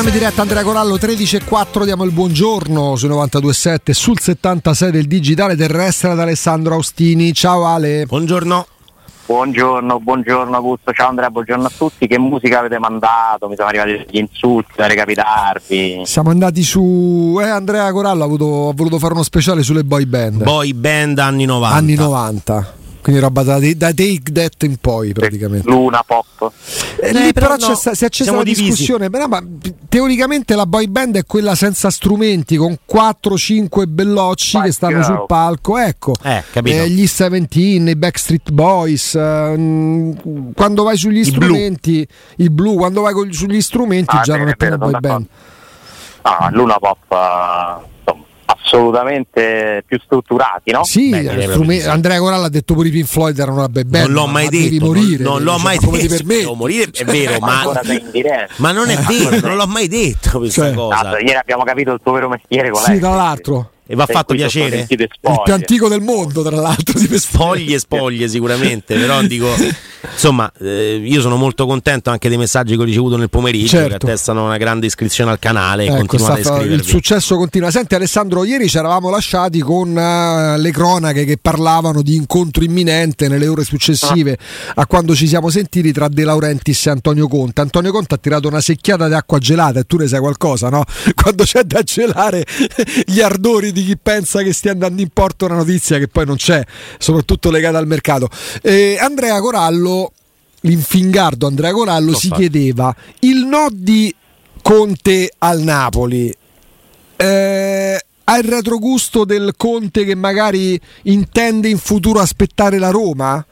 Torniamo in diretta, Andrea Corallo, 13:04, diamo il buongiorno sui 92.7, sul 76 del digitale terrestre ad Alessandro Austini. Ciao Ale. Buongiorno. Buongiorno Augusto, ciao Andrea, buongiorno a tutti. Che musica avete mandato? Mi sono arrivati gli insulti da recapitarvi. Siamo andati su Andrea Corallo ha voluto fare uno speciale sulle boy band. Boy band anni 90. Anni 90. Quindi roba da Take That in poi praticamente. Luna Pop. Lì però si è accesa la discussione, però, ma teoricamente la boy band è quella senza strumenti, con 4-5 bellocci che stanno sul palco, ecco, gli Seventeen, i Backstreet Boys, quando vai sugli strumenti, i Blue, quando vai sugli strumenti già non è più una boy band. Luna Pop assolutamente più strutturati, no? Sì, Andrea Corallo ha detto pure i Pink Floyd erano una band. Non l'ho mai detto, devi morire, non l'ho mai detto. Devo morire, è vero, ma non è vero, non l'ho mai detto questa cosa. Ieri abbiamo capito il tuo vero mestiere qual è. Sì, tra l'altro. E va fatto piacere. Il più antico del mondo, tra l'altro. Spoglie sicuramente, però dico, insomma, io sono molto contento anche dei messaggi che ho ricevuto nel pomeriggio, che attestano una grande iscrizione al canale, e continuate a iscrivervi. Il successo continua. Senti Alessandro, ieri ci eravamo lasciati con le cronache che parlavano di incontro imminente nelle ore successive a quando ci siamo sentiti tra De Laurentiis e Antonio Conte. Antonio Conte ha tirato una secchiata di acqua gelata, e tu ne sai qualcosa, no? Quando c'è da gelare gli ardori di chi pensa che stia andando in porto una notizia che poi non c'è, soprattutto legata al mercato. Andrea Corallo, l'infingardo Andrea Corallo, si chiedeva il no di Conte al Napoli ha il retrogusto del Conte che magari intende in futuro aspettare la Roma?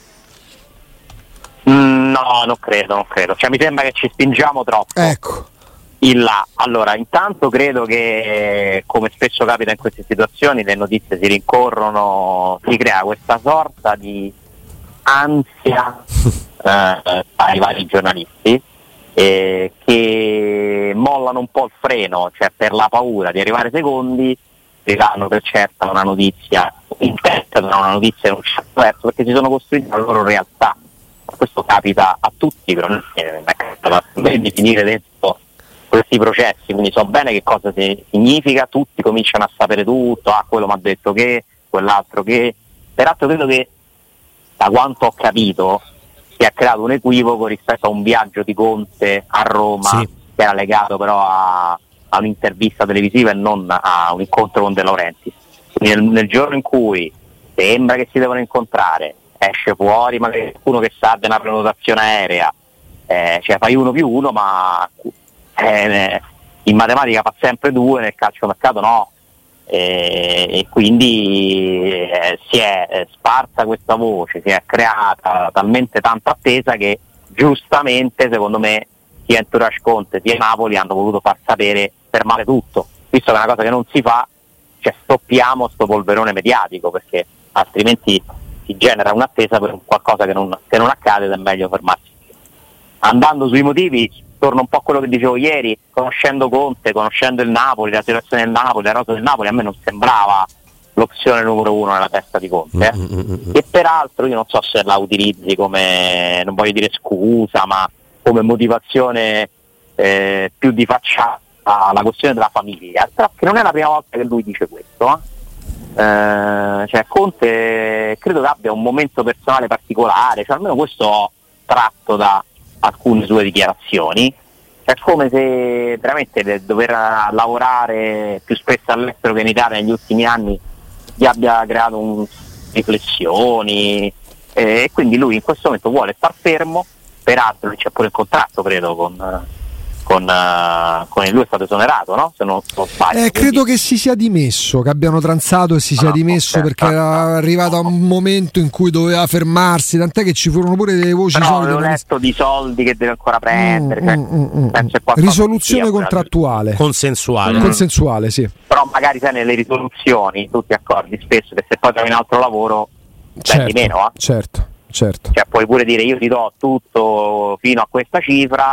No, non credo. Cioè, mi sembra che ci spingiamo troppo. Ecco. In là. Allora, intanto credo che, come spesso capita in queste situazioni, le notizie si rincorrono, si crea questa sorta di ansia ai vari giornalisti che mollano un po' il freno, cioè per la paura di arrivare secondi si danno per certa una notizia, interpretano una notizia in un certo verso perché si sono costruiti la loro realtà. Questo capita a tutti, però non è di finire dentro questi processi, quindi so bene che cosa significa, tutti cominciano a sapere tutto, quello mi ha detto che, quell'altro che, peraltro credo che da quanto ho capito si è creato un equivoco rispetto a un viaggio di Conte a Roma, che era legato però a un'intervista televisiva e non a un incontro con De Laurentiis. Quindi nel giorno in cui sembra che si devono incontrare, esce fuori magari qualcuno che sa di una prenotazione aerea, cioè fai 1+1, ma in matematica fa sempre 2, nel calciomercato no, e quindi si è sparsa questa voce, si è creata talmente tanta attesa che giustamente secondo me sia Entourage Conte sia Napoli hanno voluto far sapere, fermare tutto, visto che è una cosa che non si fa, cioè stoppiamo sto polverone mediatico, perché altrimenti si genera un'attesa per qualcosa che non accade ed è meglio fermarsi. Andando sui motivi, torno un po' a quello che dicevo ieri, conoscendo Conte, conoscendo il Napoli, la situazione del Napoli, la rosa del Napoli, a me non sembrava l'opzione numero uno nella testa di Conte. E peraltro io non so se la utilizzi come, non voglio dire scusa, ma come motivazione più di facciata alla questione della famiglia, perché non è la prima volta che lui dice questo. Cioè Conte credo che abbia un momento personale particolare, cioè almeno questo ho tratto da alcune sue dichiarazioni. È come se veramente dover lavorare più spesso all'estero che in Italia negli ultimi anni gli abbia creato riflessioni, e quindi lui in questo momento vuole star fermo. Peraltro c'è pure il contratto, credo, con lui è stato esonerato, no? Se non sbaglio. Credo che si sia dimesso, che abbiano transato e si sia dimesso, perché era arrivato a un momento in cui doveva fermarsi, tant'è che ci furono pure delle voci. Però avevo letto di soldi che deve ancora prendere, risoluzione contrattuale consensuale, sì. Però magari sai, nelle risoluzioni tu ti accorgi spesso che se poi trovi un altro lavoro prendi meno, certo. Cioè puoi pure dire io ti do tutto fino a questa cifra,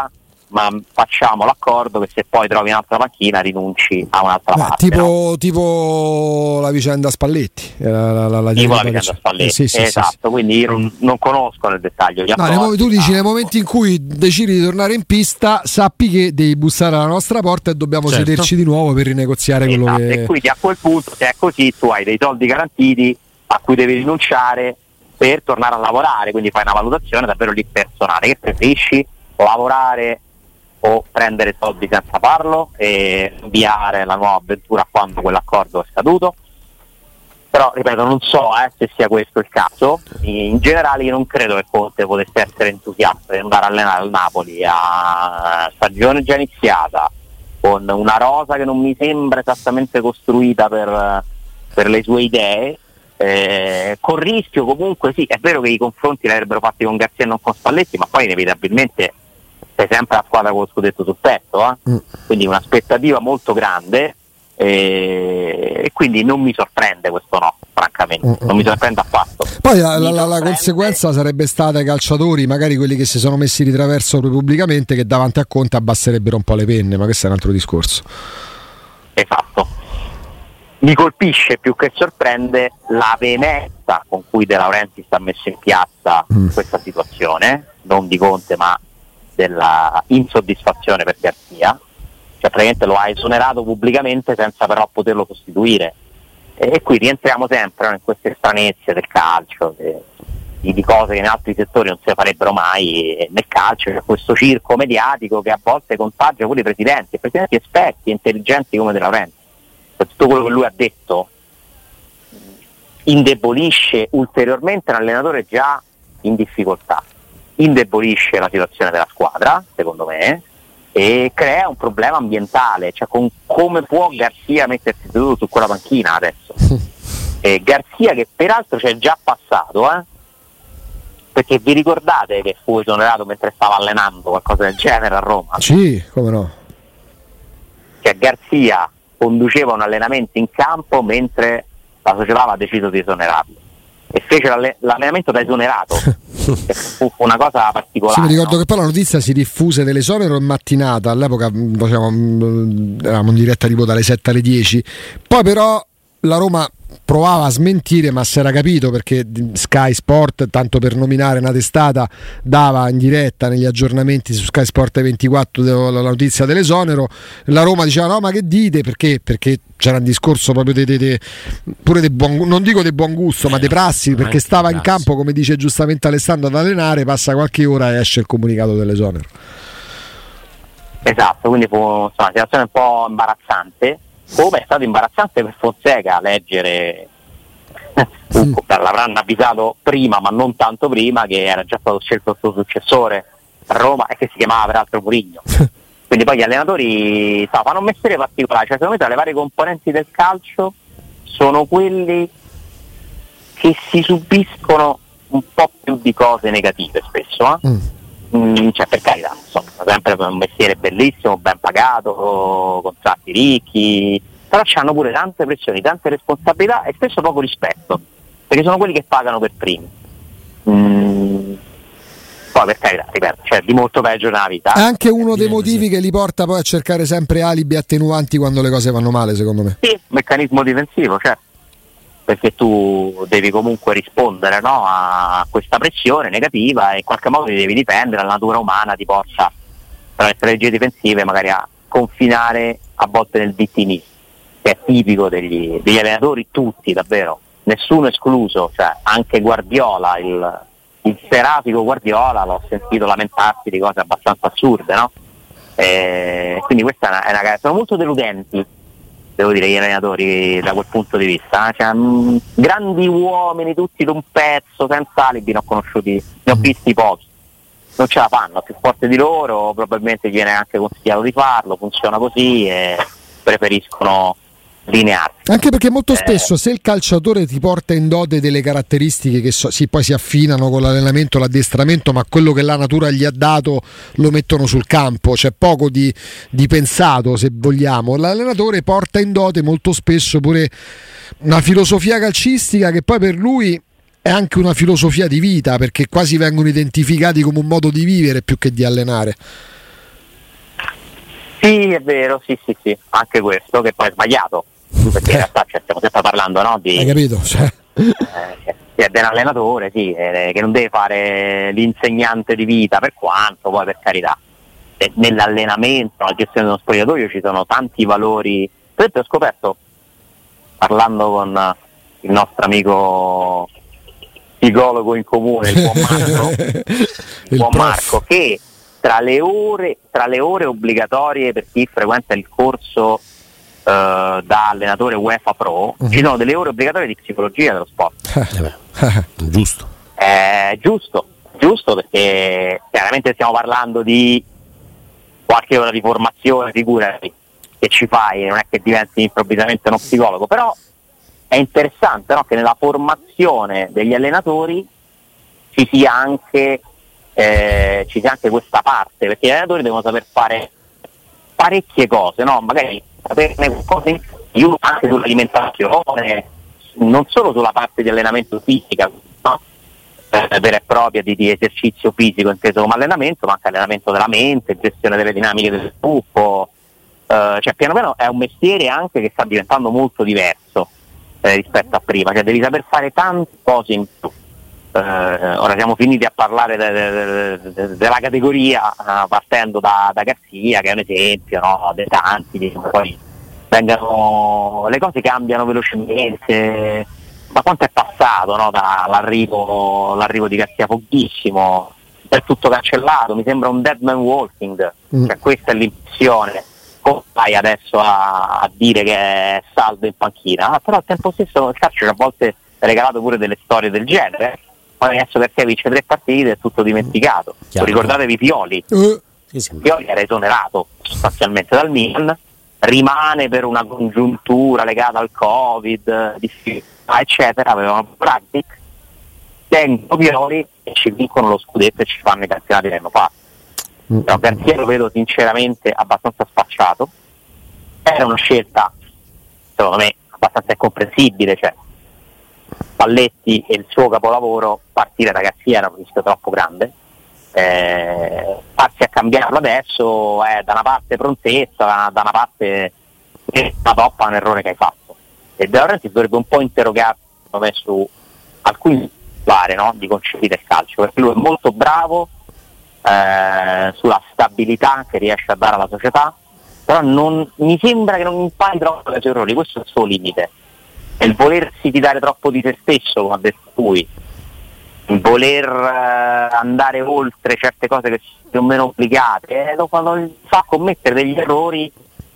ma facciamo l'accordo che se poi trovi un'altra panchina rinunci a un'altra parte. Tipo la vicenda Spalletti. Tipo la vicenda Spalletti, esatto. Quindi io non conosco nel dettaglio gli accordi. Tu dici nei momenti in cui decidi di tornare in pista, sappi che devi bussare alla nostra porta e dobbiamo sederci di nuovo per rinegoziare quello che... E quindi a quel punto, se è così, tu hai dei soldi garantiti a cui devi rinunciare per tornare a lavorare, quindi fai una valutazione davvero lì personale. Che preferisci? Lavorare o prendere soldi senza farlo e avviare la nuova avventura quando quell'accordo è scaduto? Però ripeto, non so se sia questo il caso. In generale io non credo che Conte potesse essere entusiasta di andare a allenare il Napoli a stagione già iniziata, con una rosa che non mi sembra esattamente costruita per le sue idee, con rischio comunque. Sì, è vero che i confronti li avrebbero fatti con Garzia e non con Spalletti, ma poi inevitabilmente sei sempre la squadra con lo scudetto sul petto, quindi un'aspettativa molto grande, e quindi non mi sorprende questo no, francamente, non mi sorprende affatto. Poi la conseguenza sarebbe stata ai calciatori, magari quelli che si sono messi di traverso pubblicamente, che davanti a Conte abbasserebbero un po' le penne, ma questo è un altro discorso. Esatto. Mi colpisce più che sorprende la veemenza con cui De Laurentiis ha messo in piazza questa situazione, non di Conte ma della insoddisfazione per Garzia, cioè praticamente lo ha esonerato pubblicamente senza però poterlo sostituire, e qui rientriamo sempre in queste stranezze del calcio, di cose che in altri settori non si farebbero mai, e nel calcio c'è questo circo mediatico che a volte contagia pure i presidenti esperti, intelligenti come De Laurentiis. Tutto quello che lui ha detto indebolisce ulteriormente un allenatore già in difficoltà, indebolisce la situazione della squadra, secondo me, e crea un problema ambientale, cioè con come può Garzia mettersi seduto su quella panchina adesso. Garzia che peraltro c'è già passato, perché vi ricordate che fu esonerato mentre stava allenando, qualcosa del genere a Roma? Sì, come no. Cioè Garzia conduceva un allenamento in campo mentre la società aveva deciso di esonerarlo e fece l'allenamento da esonerato. Fu una cosa particolare. Sì, mi ricordo che poi la notizia si diffuse dell'esonero in mattinata, all'epoca eravamo in diretta tipo dalle 7 alle 10, poi però la Roma provava a smentire, ma si era capito, perché Sky Sport, tanto per nominare una testata, dava in diretta negli aggiornamenti su Sky Sport 24 la notizia dell'esonero. La Roma diceva no, ma che dite, perché c'era un discorso proprio pure di buon, non dico di buon gusto, ma di prassi, perché stava in campo, come dice giustamente Alessandro, ad allenare, passa qualche ora e esce il comunicato dell'esonero. Esatto, quindi fu una situazione un po' imbarazzante, come è stato imbarazzante per Fonseca leggere l'avranno avvisato prima, ma non tanto prima, che era già stato scelto il suo successore a Roma e che si chiamava peraltro Mourinho. Quindi poi gli allenatori fanno un mestiere particolare, cioè secondo me tra le varie componenti del calcio sono quelli che si subiscono un po' più di cose negative spesso, cioè per carità, insomma, sempre un mestiere bellissimo, ben pagato, contratti ricchi, però hanno pure tante pressioni, tante responsabilità e spesso poco rispetto, perché sono quelli che pagano per primi. Poi per carità, ripeto, cioè di molto peggio nella vita. È anche uno dei motivi che li porta poi a cercare sempre alibi attenuanti quando le cose vanno male, secondo me. Sì, meccanismo difensivo, certo, perché tu devi comunque rispondere, no, a questa pressione negativa e in qualche modo ti devi difendere, la natura umana ti porta attraverso le strategie difensive magari a confinare a volte nel vittimismo, che è tipico degli allenatori tutti, davvero, nessuno escluso, cioè anche Guardiola, il serafico Guardiola l'ho sentito lamentarsi di cose abbastanza assurde, no? Quindi questa è una sono molto deludenti, devo dire, gli allenatori da quel punto di vista, cioè, grandi uomini tutti d'un pezzo, senza alibi, ne ho visti pochi, non ce la fanno, più forte di loro, probabilmente gli viene anche consigliato di farlo, funziona così e preferiscono linearsi. Anche perché molto spesso se il calciatore ti porta in dote delle caratteristiche che poi si affinano con l'allenamento, l'addestramento, ma quello che la natura gli ha dato lo mettono sul campo, c'è poco di pensato, se vogliamo. L'allenatore porta in dote molto spesso pure una filosofia calcistica che poi per lui è anche una filosofia di vita, perché quasi vengono identificati come un modo di vivere più che di allenare. Sì, è vero, sì, anche questo, che poi è sbagliato, perché in realtà stiamo sempre parlando, no, di... Hai capito? È un allenatore, sì, che non deve fare l'insegnante di vita, per quanto poi, per carità, nell'allenamento, nella gestione dello spogliatoio ci sono tanti valori. Per esempio, ho scoperto, parlando con il nostro amico psicologo in comune, il buon Marco, che tra le ore obbligatorie per chi frequenta il corso da allenatore UEFA Pro, ci sono delle ore obbligatorie di psicologia dello sport. Giusto. Giusto, perché chiaramente stiamo parlando di qualche ora di formazione, figurati, che ci fai, non è che diventi improvvisamente uno psicologo, però è interessante, no, che nella formazione degli allenatori ci sia anche questa parte, perché gli allenatori devono saper fare parecchie cose, no? Magari saperne qualcosa in più anche sull'alimentazione, non solo sulla parte di allenamento fisica, no? Vera e propria di esercizio fisico inteso come allenamento, ma anche allenamento della mente, gestione delle dinamiche del gruppo, cioè piano piano è un mestiere anche che sta diventando molto diverso rispetto a prima, cioè devi saper fare tante cose in più. Ora siamo finiti a parlare della categoria, partendo da Garzia, che è un esempio, no, dei tanti, poi le cose cambiano velocemente. Ma quanto è passato, no, dall'arrivo di Garzia, pochissimo, è tutto cancellato, mi sembra un dead man walking, cioè questa è l'impressione. Come fai adesso a dire che è saldo in panchina? Però al tempo stesso il calcio a volte ha regalato pure delle storie del genere. Poi adesso perché vince 3 partite è tutto dimenticato. Ricordatevi Pioli. Pioli era esonerato sostanzialmente dal Milan, rimane per una congiuntura legata al Covid, eccetera, avevano Pratic, tengono Pioli e ci vincono lo scudetto e ci fanno i campionati che hanno fatto. Però Garzia lo vedo sinceramente abbastanza spacciato. Era una scelta, secondo me, abbastanza incomprensibile, cioè Spalletti e il suo capolavoro, partire da Garzia era un rischio troppo grande. Farsi a cambiarlo adesso è da una parte prontezza, da una parte la toppa un errore che hai fatto. E De Laurentiis dovrebbe un po' interrogarsi su alcuni vari, no, di concetti del calcio, perché lui è molto bravo sulla stabilità che riesce a dare alla società, però mi sembra che non impari troppo dai suoi errori, questo è il suo limite. È il volersi fidare troppo di se stesso, come ha detto lui, il voler andare oltre certe cose che sono più o meno obbligate, lo fa commettere degli errori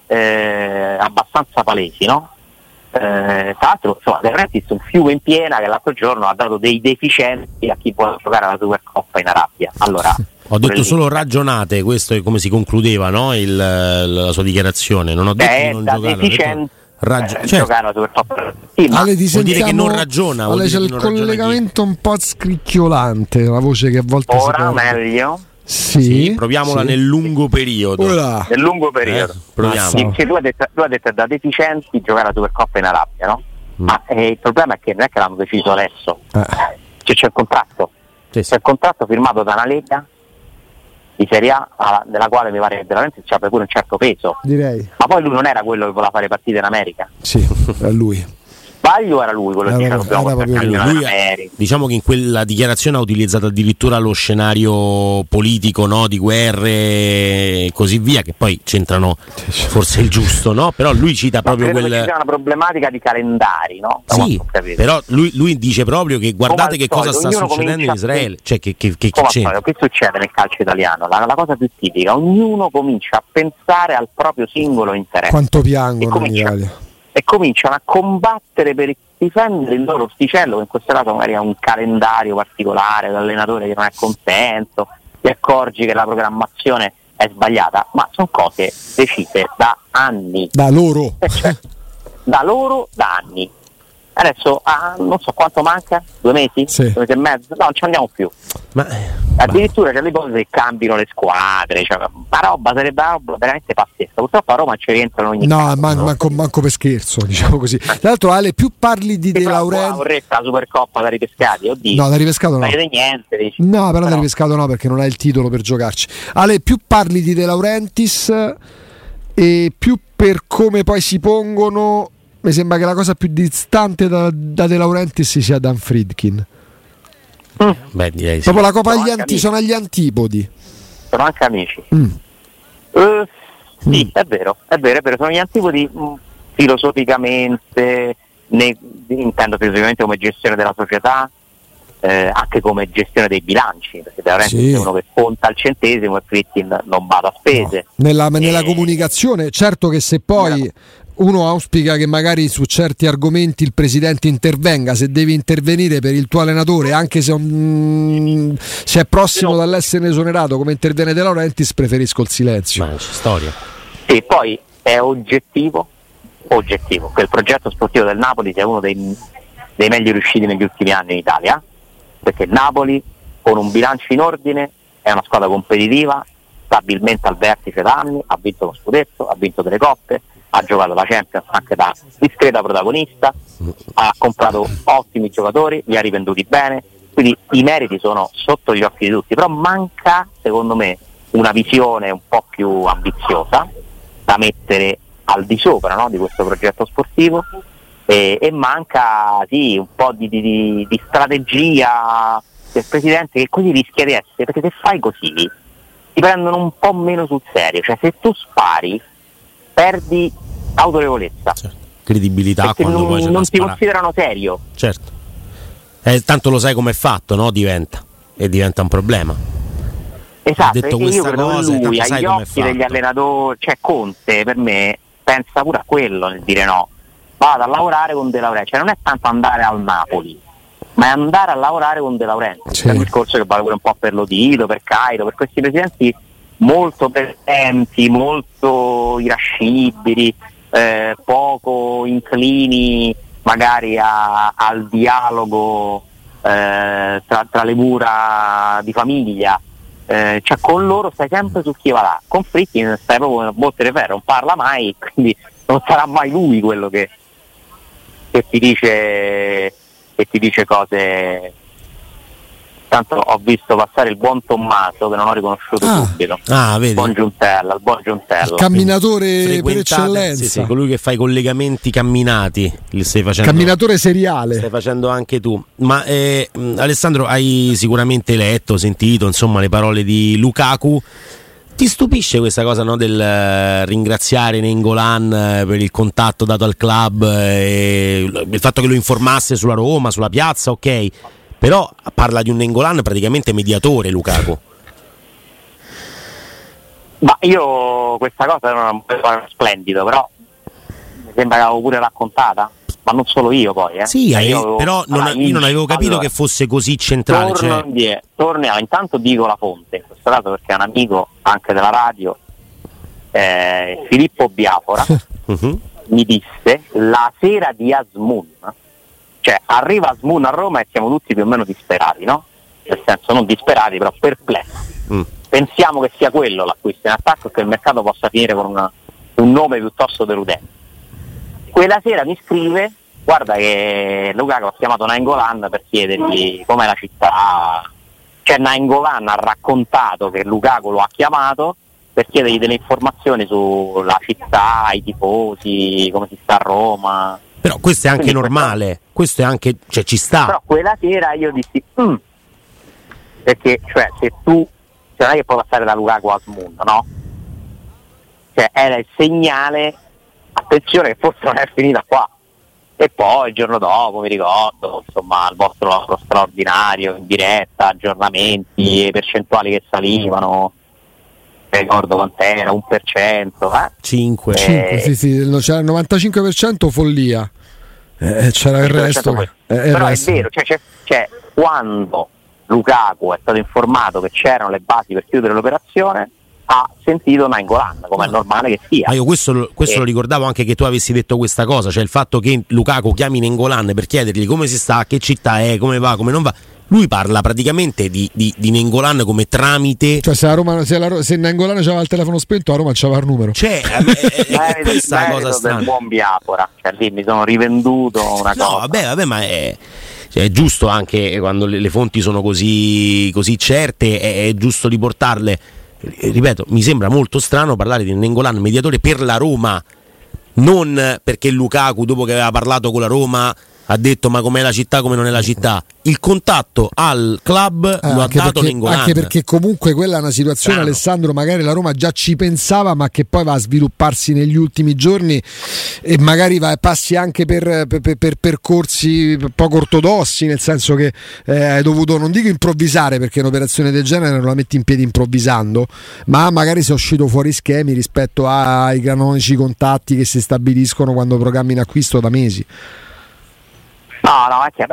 abbastanza palesi, no? Tra l'altro, insomma, De Laurentiis un fiume in piena che l'altro giorno ha dato dei deficienti a chi vuole giocare alla Supercoppa in Arabia. Allora, ho detto solo ragionate, questo è come si concludeva, no? La sua dichiarazione. Non ho detto che non giocare, giocare alla Supercoppa. Sì, ma vuol dire che non ragiona. C'è il collegamento un po' scricchiolante, la voce che a volte ora meglio. Sì, proviamola nel lungo periodo. Nel lungo periodo. Proviamo. Tu hai detto da deficienti giocare la Supercoppa in Arabia, no? Ma il problema è che non è che l'hanno deciso adesso. C'è il contratto. C'è il contratto firmato da una Lega di Serie A della quale mi pare che De Laurentiis c'ha pure un certo peso. Direi. Ma poi lui non era quello che voleva fare partite in America. Sì, era lui. Sbaglio, era lui quello che diceva lui, diciamo che in quella dichiarazione ha utilizzato addirittura lo scenario politico, no, di guerre e così via, che poi c'entrano forse il giusto, no? Però lui cita proprio c'è una problematica di calendari, no? Sì, però lui dice proprio che guardate che cosa sta succedendo in Israele, cioè che c'è. Che succede nel calcio italiano? La cosa più tipica, ognuno comincia a pensare al proprio singolo interesse. Quanto piangono in Italia. E cominciano a combattere per difendere il loro orticello, che in questo caso magari ha un calendario particolare, l'allenatore che non è contento, ti accorgi che la programmazione è sbagliata, ma sono cose decise da anni. Da loro? Da anni. Adesso non so quanto manca, 2 mesi? Sì. 2 mesi e mezzo? No, non ci andiamo più. Addirittura c'è le cose che cambiano le squadre, cioè, ma roba sarebbe veramente pazzesca. Purtroppo a Roma ci rientrano ogni caso. Manco per scherzo, diciamo così. Tra l'altro, Ale, più parli di De Laurentiis. Vorresti la Supercoppa da ripescati? Oddio. No, da ripescato no. Niente, dici. No, però da ripescato no, perché non hai il titolo per giocarci. Ale, più parli di De Laurentiis e più per come poi si pongono mi sembra che la cosa più distante da De Laurentiis sia Dan Friedkin. Beh, direi sì. Proprio la Coppa sono agli antipodi. Sono anche amici. Sì, è vero, sono gli antipodi filosoficamente, intendo filosoficamente come gestione della società, anche come gestione dei bilanci, perché De Laurentiis è uno che conta al centesimo e Friedkin non bada a spese. No. Nella comunicazione, certo che se poi uno auspica che magari su certi argomenti il presidente intervenga, se devi intervenire per il tuo allenatore, anche se è prossimo dall'essere esonerato come interviene De Laurentiis, preferisco il silenzio. Ma c'è storia. Sì, poi è oggettivo che il progetto sportivo del Napoli sia uno dei meglio riusciti negli ultimi anni in Italia, perché il Napoli con un bilancio in ordine è una squadra competitiva, stabilmente al vertice da anni, ha vinto lo scudetto, ha vinto delle coppe, ha giocato la Champions anche da discreta protagonista, ha comprato ottimi giocatori, li ha rivenduti bene, quindi i meriti sono sotto gli occhi di tutti, però manca secondo me una visione un po' più ambiziosa da mettere al di sopra, no, di questo progetto sportivo, e manca un po' di strategia del presidente, che così rischia di essere, perché se fai così ti prendono un po' meno sul serio, cioè se tu spari perdi autorevolezza, certo. Credibilità, perché quando poi non ti considerano serio. Certo. Tanto lo sai com'è fatto, no? Diventa un problema. Esatto, detto perché io credo cosa, che lui agli occhi fatto. degli allenatori, cioè Conte per me pensa pure a quello nel dire no, vado a lavorare con De Laurentiis, cioè non è tanto andare al Napoli, ma è andare a lavorare con De Laurentiis. È un discorso che vale pure un po' per Lotito, per Cairo, per questi presidenti molto presenti, molto irascibili, poco inclini magari al dialogo tra le mura di famiglia, cioè con loro stai sempre sul chi va là, con Friedkin stai proprio nel botte di ferro, non parla mai, quindi non sarà mai lui quello che ti dice cose. Tanto ho visto passare il buon Tommaso che non ho riconosciuto subito. Vedi. Il buon Giuntella. Il camminatore per eccellenza. Sì, colui che fa i collegamenti camminati. Li stai facendo, camminatore seriale. Stai facendo anche tu. Ma Alessandro, hai sicuramente letto, sentito insomma le parole di Lukaku. Ti stupisce questa cosa, no, del ringraziare Nainggolan per il contatto dato al club e il fatto che lo informasse sulla Roma, sulla piazza, ok? Però parla di un Nainggolan praticamente mediatore, Lukaku. Ma io questa cosa non è splendido, però mi sembra che l'avevo pure raccontata, ma non solo io poi. Sì, però io non avevo capito che fosse così centrale. Torniamo, intanto dico la fonte, in questo caso perché è un amico anche della radio, Filippo Biafora, mi disse la sera di Asmun. Cioè arriva Asmun a Roma e siamo tutti più o meno disperati, no? Nel senso non disperati, però perplessi. Pensiamo che sia quello l'acquisto in attacco e che il mercato possa finire con un nome piuttosto deludente. Quella sera mi scrive, guarda che Lukaku ha chiamato Nainggolan per chiedergli com'è la città. Cioè Nainggolan ha raccontato che Lukaku lo ha chiamato per chiedergli delle informazioni sulla città, i tifosi, come si sta a Roma. Però questo è anche normale, questo è anche, cioè ci sta. Però quella sera io dissi, perché cioè se tu, cioè non è che puoi passare da Lukaku a Asmun, no? Cioè era il segnale, attenzione che forse non è finita qua. E poi il giorno dopo mi ricordo, insomma, il vostro lavoro straordinario in diretta, aggiornamenti, percentuali che salivano. Ricordo quant'era, 1%, 5, sì, c'era il 95% follia, c'era il resto. Però è vero, cioè, quando Lukaku è stato informato che c'erano le basi per chiudere l'operazione, ha sentito Nainggolan, come è normale che sia. Ma io questo lo ricordavo anche che tu avessi detto questa cosa, cioè il fatto che Lukaku chiami Nainggolan per chiedergli come si sta, che città è, come va, come non va. Lui parla praticamente di Nainggolan come tramite. Cioè se Nainggolan c'aveva il telefono spento, a Roma c'aveva il numero. Cioè, questa cosa strana. Del buon Biafora, cioè lì mi sono rivenduto una cosa. No, vabbè, ma è giusto anche quando le fonti sono così certe, è giusto riportarle. ripeto, mi sembra molto strano parlare di Nainggolan mediatore per la Roma, non perché Lukaku, dopo che aveva parlato con la Roma, ha detto ma com'è la città, come non è la città. Il contatto al club lo ha dato Nainggolan. Anche perché comunque quella è una situazione, Strano. Alessandro, magari la Roma già ci pensava, ma che poi va a svilupparsi negli ultimi giorni e magari passi anche per percorsi poco ortodossi, nel senso che hai dovuto, non dico improvvisare, perché un'operazione del genere non la metti in piedi improvvisando, ma magari sei uscito fuori schemi rispetto ai canonici contatti che si stabiliscono quando programmi in acquisto da mesi. No, anche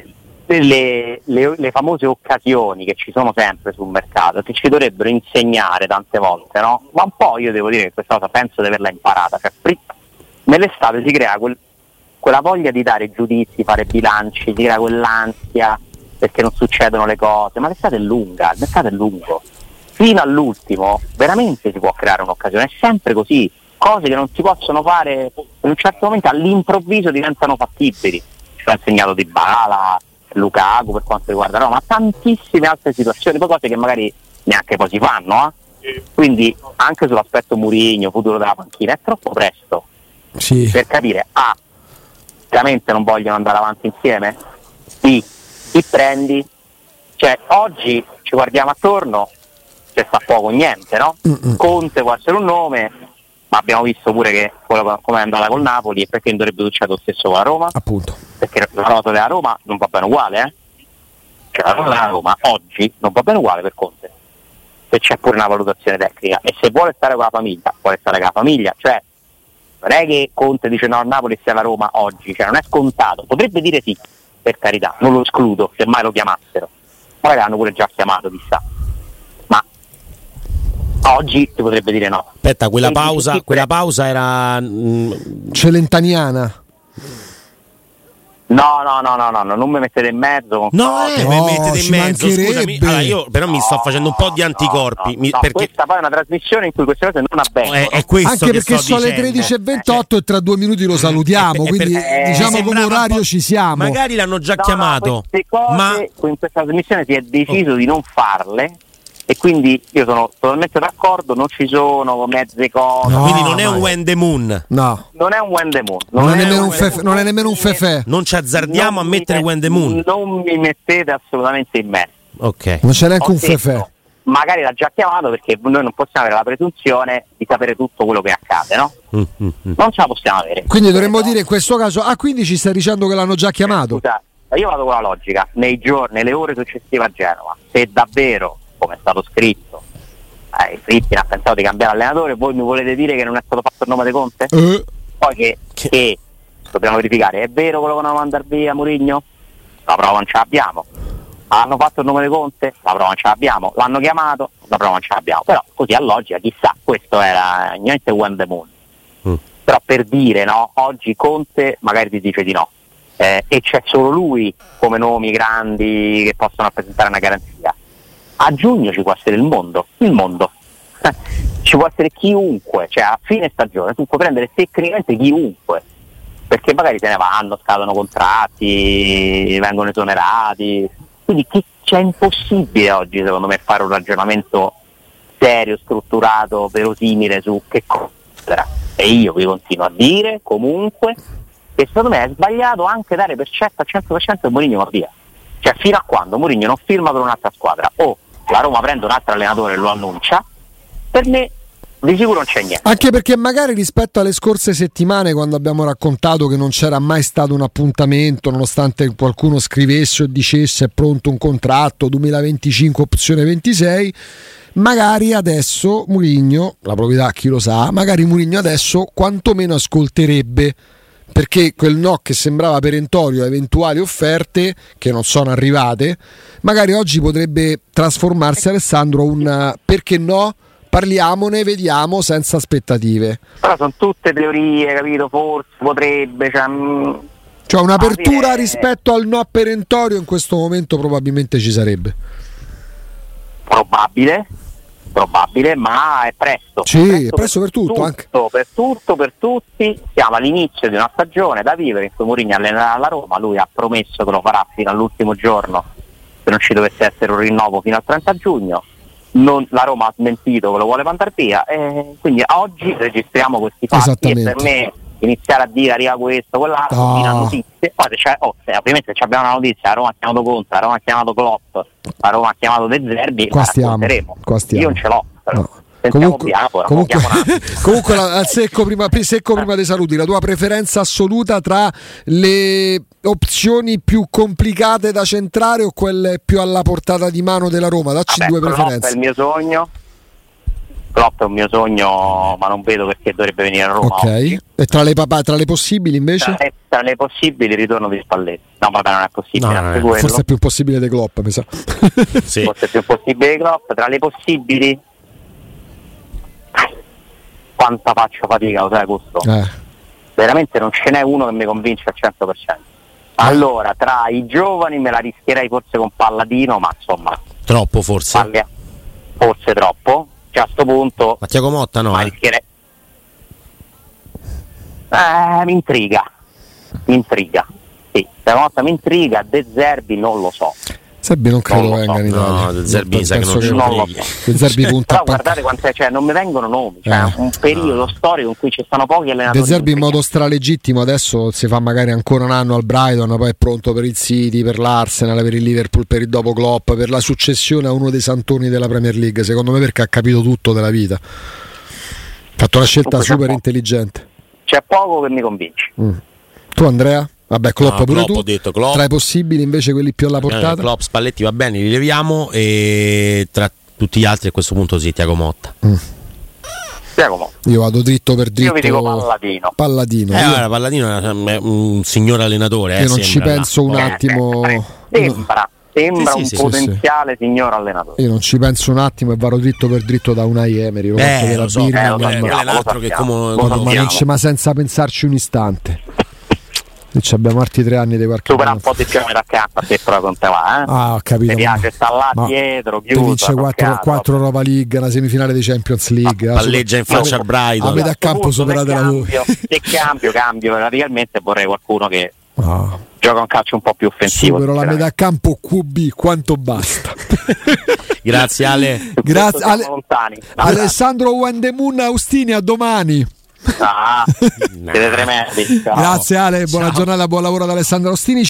le famose occasioni che ci sono sempre sul mercato, che ci dovrebbero insegnare tante volte, no? Ma un po' io devo dire che questa cosa penso di averla imparata. Cioè, nell'estate si crea quella voglia di dare giudizi, fare bilanci, si crea quell'ansia perché non succedono le cose, ma l'estate è lunga, il mercato è lungo. Fino all'ultimo veramente si può creare un'occasione, è sempre così. Cose che non si possono fare in un certo momento all'improvviso diventano fattibili. Ci ha insegnato Dybala, Lukaku per quanto riguarda Roma, ma tantissime altre situazioni, poi cose che magari neanche poi si fanno, Quindi anche sull'aspetto Mourinho, futuro della panchina, è troppo presto per capire veramente non vogliono andare avanti insieme? Chi prendi? Cioè oggi ci guardiamo attorno, c'è sta poco niente, no? Conte può essere un nome, ma abbiamo visto pure che come è andata col Napoli, e perché non dovrebbe succedere lo stesso con la Roma? Appunto. Perché la rosa della Roma non va bene uguale, Cioè la rosa della Roma oggi non va bene uguale per Conte, se c'è pure una valutazione tecnica, e se vuole stare con la famiglia, vuole stare con la famiglia, cioè non è che Conte dice no, a Napoli sia la Roma oggi, cioè non è scontato, potrebbe dire sì, per carità, non lo escludo, se mai lo chiamassero, magari l'hanno pure già chiamato, chissà, ma oggi si potrebbe dire no. Aspetta, quella pausa era celentaniana. No, non mi mettete in mezzo. Mi mettete in mezzo, scusami. Allora, io però mi sto facendo un po' di anticorpi. Perché questa poi è una trasmissione in cui queste cose non avvengono. È questo anche che perché sono le 13:28 e tra 2 minuti lo salutiamo, quindi diciamo come orario ci siamo. Magari l'hanno già chiamato. Queste cose, in questa trasmissione si è deciso di non farle. E quindi io sono totalmente d'accordo, non ci sono mezze cose. Quindi non è un When the Moon. No. Non è un When the Moon. Non è nemmeno un fefè. Non ci azzardiamo a mettere When the Moon. Non mi mettete assolutamente in mezzo. Ok. Non c'è neanche un fefè. Magari l'ha già chiamato perché noi non possiamo avere la presunzione di sapere tutto quello che accade, no? Non ce la possiamo avere. Quindi dovremmo dire in questo caso, quindi ci stai dicendo che l'hanno già chiamato? Scusa, io vado con la logica, nei giorni, nelle ore successive a Genova, se davvero, come è stato scritto, Fritti ha pensato di cambiare allenatore, voi mi volete dire che non è stato fatto il nome di Conte? Poi che dobbiamo verificare, è vero quello che volevano mandare via Mourinho? La prova non ce l'abbiamo. Hanno fatto il nome di Conte? La prova non ce l'abbiamo. L'hanno chiamato? La prova non ce l'abbiamo. Però così a logica, chissà, questo era niente When the Moon. Però per dire, no, oggi Conte magari ti dice di no, e c'è solo lui come nomi grandi che possono rappresentare una garanzia. A giugno ci può essere il mondo, ci può essere chiunque, cioè a fine stagione tu puoi prendere tecnicamente chiunque, perché magari se ne vanno, scadono contratti, vengono esonerati, quindi c'è impossibile oggi secondo me fare un ragionamento serio, strutturato, verosimile su che cosa. E io vi continuo a dire comunque che secondo me è sbagliato anche dare per certo al 100% che Mourinho va via, cioè fino a quando Mourinho non firma per un'altra squadra o la Roma prende un altro allenatore e lo annuncia, per me di sicuro non c'è niente. Anche perché magari rispetto alle scorse settimane, quando abbiamo raccontato che non c'era mai stato un appuntamento, nonostante qualcuno scrivesse o dicesse è pronto un contratto 2025 opzione 26, magari adesso Mourinho, la proprietà chi lo sa, magari Mourinho adesso quantomeno ascolterebbe, perché quel no che sembrava perentorio a eventuali offerte che non sono arrivate, magari oggi potrebbe trasformarsi, Alessandro, un perché no, parliamone, vediamo, senza aspettative. Però sono tutte teorie, capito? Forse, potrebbe, cioè un'apertura rispetto al no perentorio in questo momento probabilmente ci sarebbe. Probabile, ma è presto. Sì, è presto per tutto, anche. Per tutti. Siamo all'inizio di una stagione da vivere in cui Mourinho allenerà la Roma, lui ha promesso che lo farà fino all'ultimo giorno, se non ci dovesse essere un rinnovo fino al 30 giugno. la Roma ha smentito che lo vuole mandare via, quindi oggi registriamo questi fatti e per me iniziare a dire arriva questo, quell'altro, fino a notizie. Poi ovviamente se abbiamo una notizia, la Roma ha chiamato Conte, la Roma ha chiamato Klopp, la Roma ha chiamato De Zerbi, qua stiamo. Io non ce l'ho, però. No. Comunque al secco prima dei saluti, la tua preferenza assoluta tra le opzioni più complicate da centrare o quelle più alla portata di mano della Roma? Dacci due preferenze. Klopp è il mio sogno. Klopp è un mio sogno, ma non vedo perché dovrebbe venire a Roma. Ok. Oggi. E tra le possibili invece? Tra le possibili il ritorno di Spalletti. No, vabbè, non è possibile. Forse è più possibile di Klopp, mi sa. Sì. Forse è più possibile di Klopp. Tra le possibili, quanta faccio fatica, lo sai questo? Veramente non ce n'è uno che mi convince al 100%. Allora, tra i giovani me la rischierei forse con Palladino, ma insomma troppo forse troppo. Cioè a sto punto ma Thiago Motta no? Rischierei. Mi intriga. Sì, Thiago Motta mi intriga, De Zerbi non lo so. Zerbi non credo venga in Italia. No, De Zerbi sa che non lo so. De Zerbi punta. Però guardate non mi vengono nomi, un periodo storico in cui ci stanno pochi allenatori. De Zerbi in modo stralegittimo adesso si fa magari ancora un anno al Brighton, poi è pronto per il City, per l'Arsenal, per il Liverpool, per il dopo Klopp, per la successione a uno dei santoni della Premier League, secondo me, perché ha capito tutto della vita. Ha fatto una scelta super intelligente. C'è poco che mi convince. Tu Andrea? Vabbè, Klopp pure tu. Ho detto Klopp. Tra i possibili invece quelli più alla portata. Klopp, Spalletti va bene, li leviamo, e tra tutti gli altri a questo punto sì, Thiago Motta. Io vado dritto per dritto. Io vi dico Palladino. Palladino è un signor allenatore. Io non ci penso un attimo. Sembra un potenziale signor allenatore. Io non ci penso un attimo e vado dritto per dritto da Unai Emery. Ma senza pensarci un istante. E ci abbiamo altri 3 anni di qualche supera un po' di più da campo se però con te va, ho capito. Mi piace sta là dietro, chiuso. Vince 4 Europa League, una semifinale di Champions League. Palleggia in faccia al Brighton. A metà campo superate la voi. Se cambio praticamente vorrei qualcuno che gioca un calcio un po' più offensivo. Supero la metà campo QB, quanto basta. Grazie Ale. Grazie Alessandro Wendemun Austini, a domani. Siete tremendi. Grazie Ale, buona giornata, buon lavoro ad Alessandro Austini.